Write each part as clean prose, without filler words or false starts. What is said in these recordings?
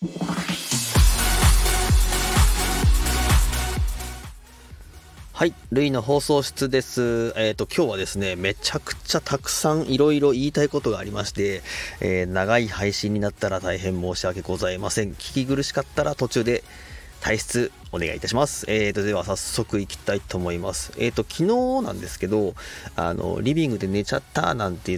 はい、ルイの放送室です。今日はですね、めちゃくちゃたくさんいろいろ言いたいことがありまして、長い配信になったら大変申し訳ございません。聞き苦しかったら途中で退出お願いいたします。では早速行きたいと思います。昨日なんですけど、リビングで寝ちゃったなんて言って、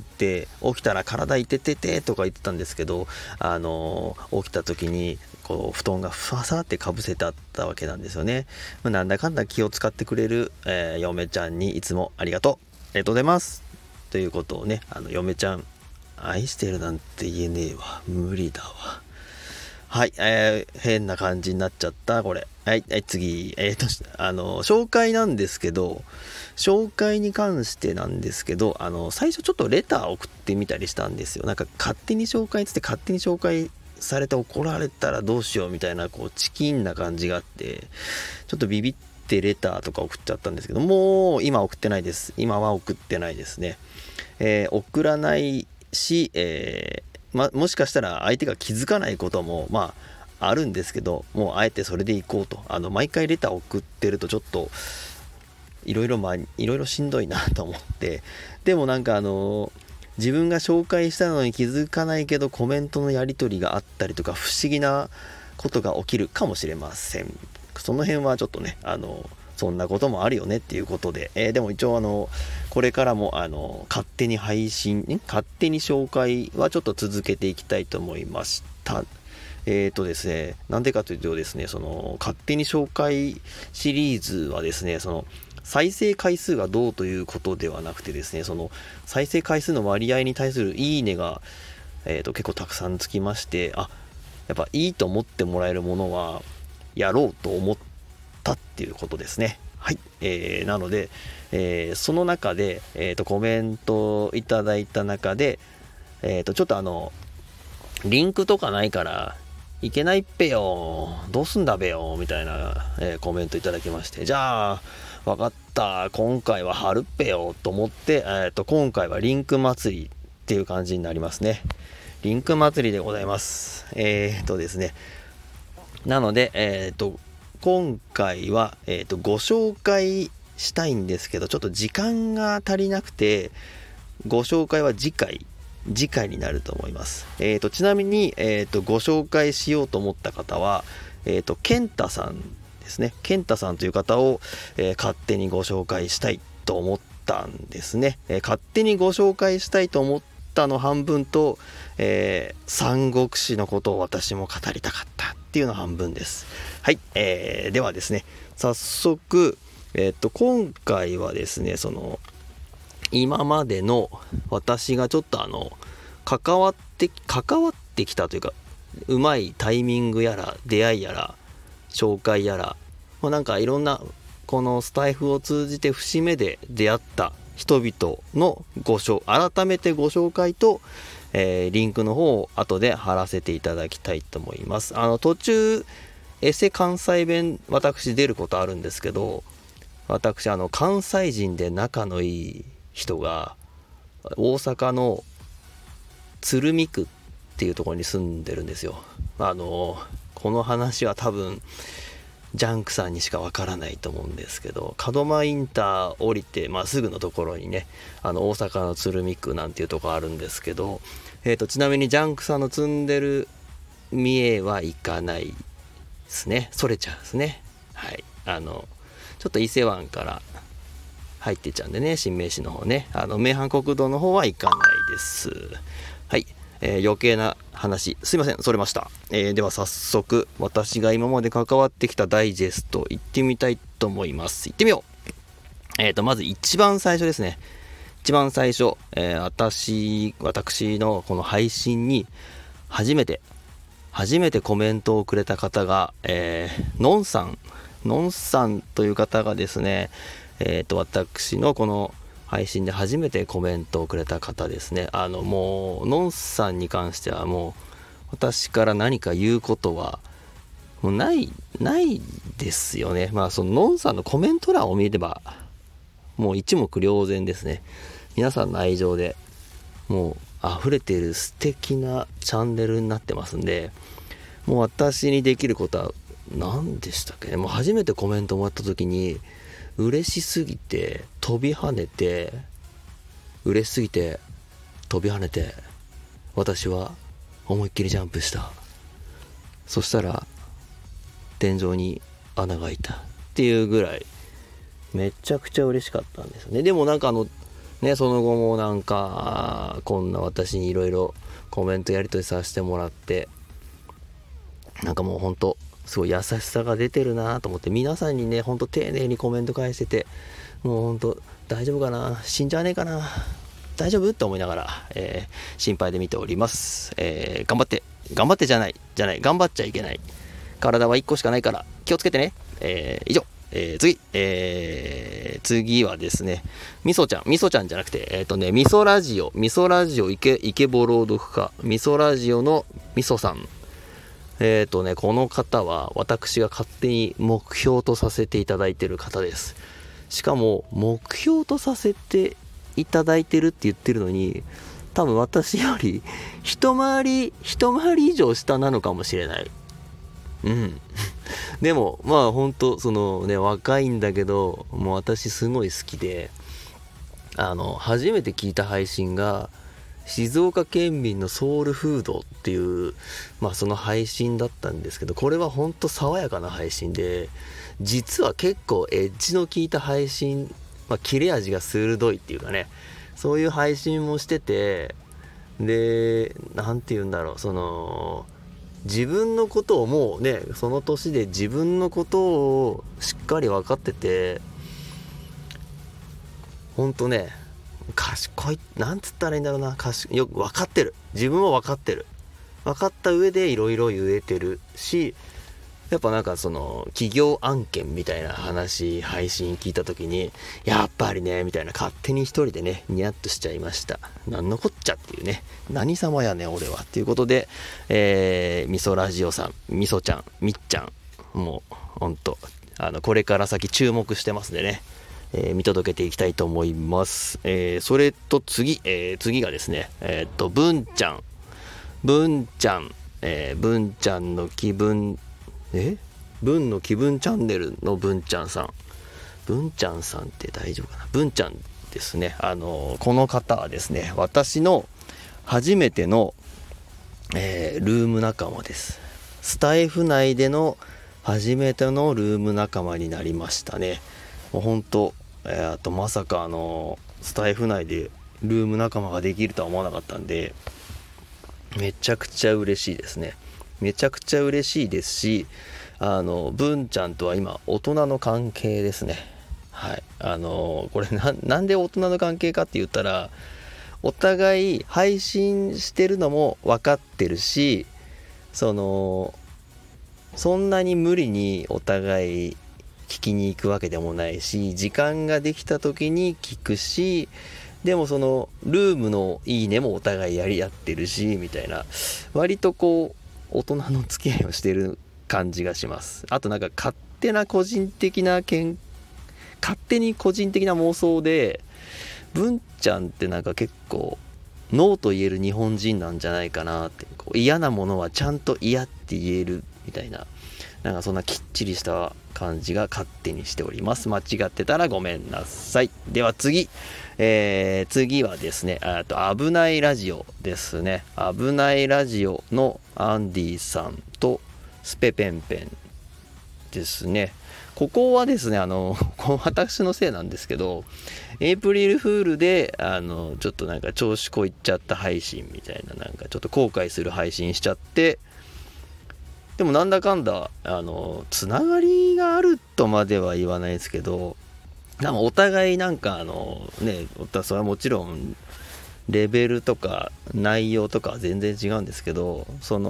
起きたら体いてててとか言ってたんですけど、起きた時に、こう布団がふわさってかぶせてあったわけなんですよね。なんだかんだ気を使ってくれる、嫁ちゃんにいつもありがとう。ありがとうございます。ということをね、嫁ちゃん、愛してるなんて言えねえわ。無理だわ。はい、変な感じになっちゃった、これ。はい、次。紹介なんですけど、紹介に関してなんですけど、最初ちょっとレター送ってみたりしたんですよ。なんか勝手に紹介つって勝手に紹介されて怒られたらどうしようみたいな、こう、チキンな感じがあって、ちょっとビビってレターとか送っちゃったんですけど、もう今送ってないです。今は送ってないですね。送らないし、もしかしたら相手が気づかないこともあるんですけど、もうあえてそれでいこうと。毎回レター送ってるとちょっといろいろしんどいなと思って、でもなんか自分が紹介したのに気づかないけどコメントのやり取りがあったりとか、不思議なことが起きるかもしれません。その辺はちょっとね、そんなこともあるよねっていうことで、でも一応これからも勝手に配信、勝手に紹介はちょっと続けていきたいと思いました。ですね、なんでかというとですね、その勝手に紹介シリーズはですね、その再生回数がどうということではなくてですね、その再生回数の割合に対するいいねが、結構たくさんつきまして、やっぱいいと思ってもらえるものはやろうと思ったっていうことですね。はい。なので、その中で、コメントいただいた中で、ちょっとリンクとかないからいけないっぺよ、どうすんだべよみたいな、コメントいただきまして、じゃあ分かった、今回は貼るっぺよと思って、今回はリンク祭りっていう感じになりますね。リンク祭りでございます。ですね、なので今回はご紹介したいんですけど、ちょっと時間が足りなくて、ご紹介は次回になると思います。ちなみに、ご紹介しようと思った方は、ケンタさんですね。ケンタさんという方を、勝手にご紹介したいと思ったんですね。勝手にご紹介したいと思ったの半分と、三国志のことを私も語りたかったっていうの半分です。はい、ではですね、早速、今回はですね、その今までの私がちょっと関わってきたというか、うまいタイミングやら出会いやら紹介やら、なんかいろんなこのスタイフを通じて節目で出会った人々の改めてご紹介と、リンクの方を後で貼らせていただきたいと思います。途中エセ関西弁私出ることあるんですけど、私関西人で仲のいい人が大阪の鶴見区っていうところに住んでるんですよ。この話は多分ジャンクさんにしかわからないと思うんですけど、門真インター降りて、すぐのところにね、大阪の鶴見区なんていうところあるんですけど、ちなみにジャンクさんの住んでる三重は行かないですね。それちゃうんですね。はい。ちょっと伊勢湾から入ってっちゃうんでね、新名神の方ね、名阪国道の方は行かないです。はい、余計な話すいません、それました。では早速私が今まで関わってきたダイジェスト行ってみたいと思います。行ってみよう。まず一番最初ですね。一番最初、私のこの配信に初めてコメントをくれた方が、のんさんという方がですね、私のこの配信で初めてコメントをくれた方ですね。もうのんさんに関してはもう私から何か言うことはもうないですよね。そののんさんのコメント欄を見ればもう一目瞭然ですね。皆さんの愛情でもう溢れている素敵なチャンネルになってますんで、 もう私にできることは何でしたっけね。もう初めてコメントもらった時に嬉しすぎて飛び跳ねて、嬉しすぎて飛び跳ねて、私は思いっきりジャンプした。そしたら天井に穴が開いたっていうぐらいめちゃくちゃ嬉しかったんですよね。でもなんかその後もなんかこんな私にいろいろコメントやり取りさせてもらって、なんかもうほんとすごい優しさが出てるなと思って、皆さんにねほんと丁寧にコメント返してて、もうほんと大丈夫かな、死んじゃわねえかな、大丈夫って思いながら、心配で見ております。頑張ってじゃない頑張っちゃいけない、体は1個しかないから気をつけてね。以上。次はですね、みそちゃんじゃなくて、みそラジオイケボ朗読家、みそラジオのみそさん。この方は私が勝手に目標とさせていただいている方です。しかも目標とさせていただいてるって言ってるのに、多分私より一回り以上下なのかもしれない。でもまあ本当若いんだけど、もう私すごい好きで、初めて聞いた配信が静岡県民のソウルフードっていう、その配信だったんですけど、これは本当爽やかな配信で、実は結構エッジの効いた配信、切れ味が鋭いっていうかね、そういう配信もしてて、でなんて言うんだろう、自分のことをもうね、その年で自分のことをしっかり分かってて、ほんとね賢い、なんつったらいいんだろうな、よく分かってる、自分も分かってる、分かった上でいろいろ言えてるし、やっぱなんか企業案件みたいな話、配信聞いた時にやっぱりねみたいな、勝手に一人でねニヤッとしちゃいました。なんのこっちゃっていうね、何様やね俺はっていうことで、みそラジオさん、みそちゃん、みっちゃん、もうほんとこれから先注目してますんでね、見届けていきたいと思います。それと次がですね、文ちゃんの気分文の気分チャンネルの文ちゃんさんって大丈夫かな、文ちゃんですね。この方はですね、私の初めての、ルーム仲間です。スタイフ内での初めてのルーム仲間になりましたね。もう本当、あとまさかスタイフ内でルーム仲間ができるとは思わなかったんで、めちゃくちゃ嬉しいですね。めちゃくちゃ嬉しいですし、文ちゃんとは今大人の関係ですね。はい。これなんで大人の関係かって言ったら、お互い配信してるのも分かってるし、そんなに無理にお互い聞きに行くわけでもないし、時間ができた時に聞くし、でもルームのいいねもお互いやり合ってるしみたいな、割と大人の付き合いをしてる感じがします。あとなんか勝手に個人的な妄想で、文ちゃんってなんか結構ノーと言える日本人なんじゃないかなって、嫌なものはちゃんと嫌って言えるみたいな、なんかそんなきっちりした感じが勝手にしております。間違ってたらごめんなさい。では次はですね、危ないラジオですね。危ないラジオのアンディさんとスペペンペンですね。ここはですね、私のせいなんですけど、エイプリルフールでちょっとなんか調子こいっちゃった配信みたいな、なんかちょっと後悔する配信しちゃって、でもなんだかんだつながりがあるとまでは言わないですけど、なんかお互いなんかそれはもちろんレベルとか内容とかは全然違うんですけど、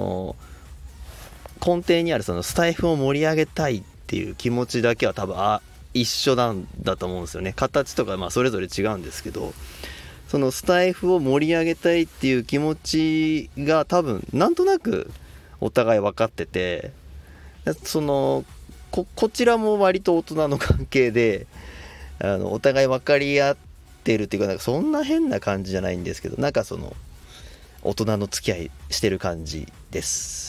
根底にあるスタイフを盛り上げたいっていう気持ちだけは多分一緒なんだと思うんですよね。形とかそれぞれ違うんですけど、そのスタイフを盛り上げたいっていう気持ちが多分なんとなくお互い分かってて、こちらも割と大人の関係でお互い分かり合ってるっていうか、なんかそんな変な感じじゃないんですけど、なんか大人の付き合いしてる感じです。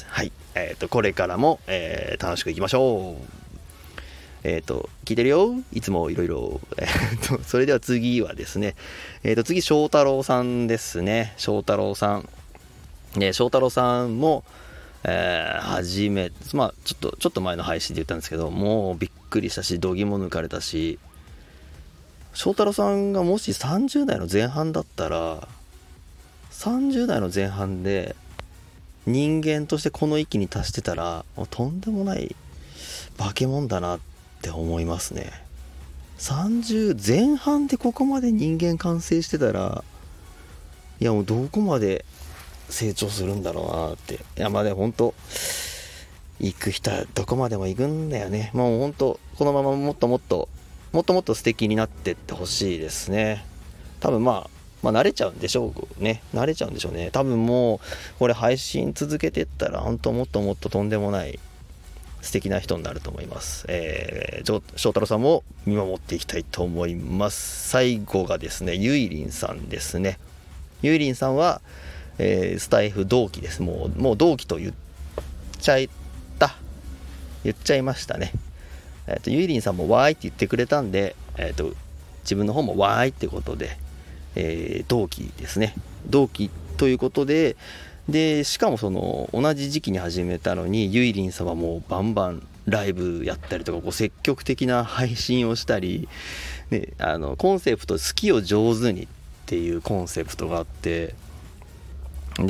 はい。これからも、楽しくいきましょう。聞いてるよ、いつもいろいろ。それでは次はですね、次、翔太郎さんですね。翔太郎さん。翔太郎さんも、初め、ちょっと前の配信で言ったんですけど、もうびっくりしたし、度肝抜かれたし、翔太郎さんがもし30代の前半だったら、30代の前半で人間としてこの域に達してたら、もうとんでもない化け物だなって思いますね。30前半でここまで人間完成してたら、いやもうどこまで成長するんだろうなって。いやまあでも本当行く人はどこまでも行くんだよね。もう本当このままもっともっと素敵になってってほしいですね。多分まあ慣れちゃうんでしょうね。多分もうこれ配信続けてったら本当もっともっととんでもない素敵な人になると思います。翔太郎さんも見守っていきたいと思います。最後がですね、ゆいりんさんですね。ゆいりんさんは、スタイフ同期です。もう同期と言っちゃいましたね。ゆいりんさんもわーいって言ってくれたんで、自分の方もわーいってことで、同期ですね。同期ということで、しかもその同じ時期に始めたのに、ゆいりんさんはもうバンバンライブやったりとか、こう積極的な配信をしたり、ね、コンセプト好きを上手にっていうコンセプトがあって、で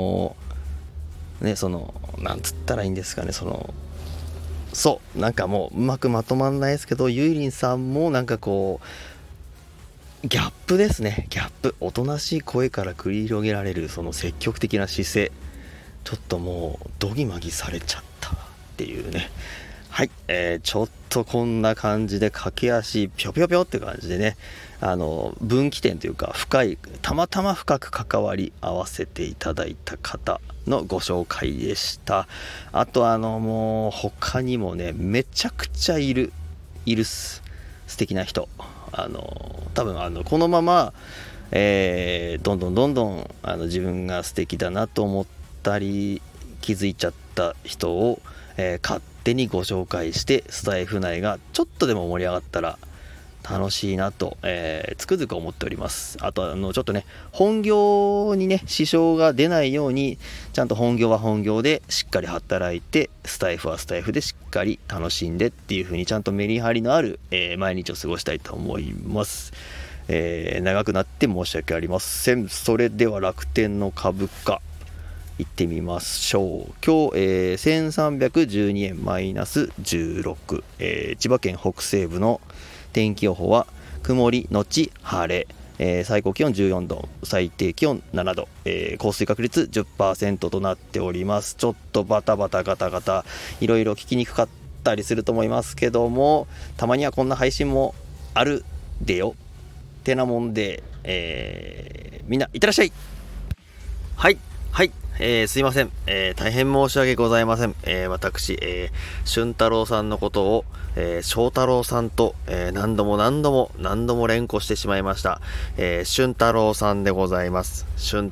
なんつったらいいんですかね、なんかもううまくまとまんないですけど、ゆいりんさんもなんかこうギャップですね。ギャップ、おとなしい声から繰り広げられるその積極的な姿勢、ちょっともうドギマギされちゃったっていうね。はい、ちょっとこんな感じで駆け足ぴょぴょぴょって感じでね、分岐点というかたまたま深く関わり合わせていただいた方のご紹介でした。あともう他にもね、めちゃくちゃいる素敵な人、多分このまま、どんどん自分が素敵だなと思ったり気づいちゃった人を、勝手にご紹介して、スタイフ内がちょっとでも盛り上がったら楽しいなと、つくづく思っております。あとちょっとね、本業にね支障が出ないように、ちゃんと本業は本業でしっかり働いて、スタイフはスタイフでしっかり楽しんでっていう風にちゃんとメリハリのある、毎日を過ごしたいと思います。長くなって申し訳ありません。それでは楽天の株価行ってみましょう。今日、1312円マイナス16、千葉県北西部の天気予報は曇りのち晴れ、最高気温14度、最低気温7度、降水確率 10% となっております。ちょっとバタバタガタガタいろいろ聞きにくかったりすると思いますけども、たまにはこんな配信もあるでよってなもんで、みんないってらっしゃい。はい、すいません、大変申し訳ございません。私、俊太郎さんのことを、翔太郎さんと、何度も連呼してしまいました。俊太郎さんでございます。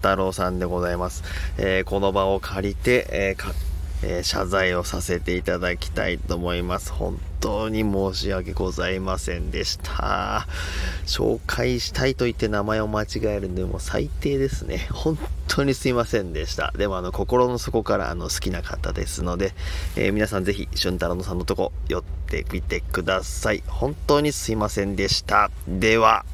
この場を借りて、謝罪をさせていただきたいと思います。本当に申し訳ございませんでした。紹介したいと言って名前を間違えるんで、もう最低ですね。本当にすいませんでした。でも心の底から好きな方ですので、皆さんぜひ俊太郎さんのとこ寄ってみてください。本当にすいませんでした。では。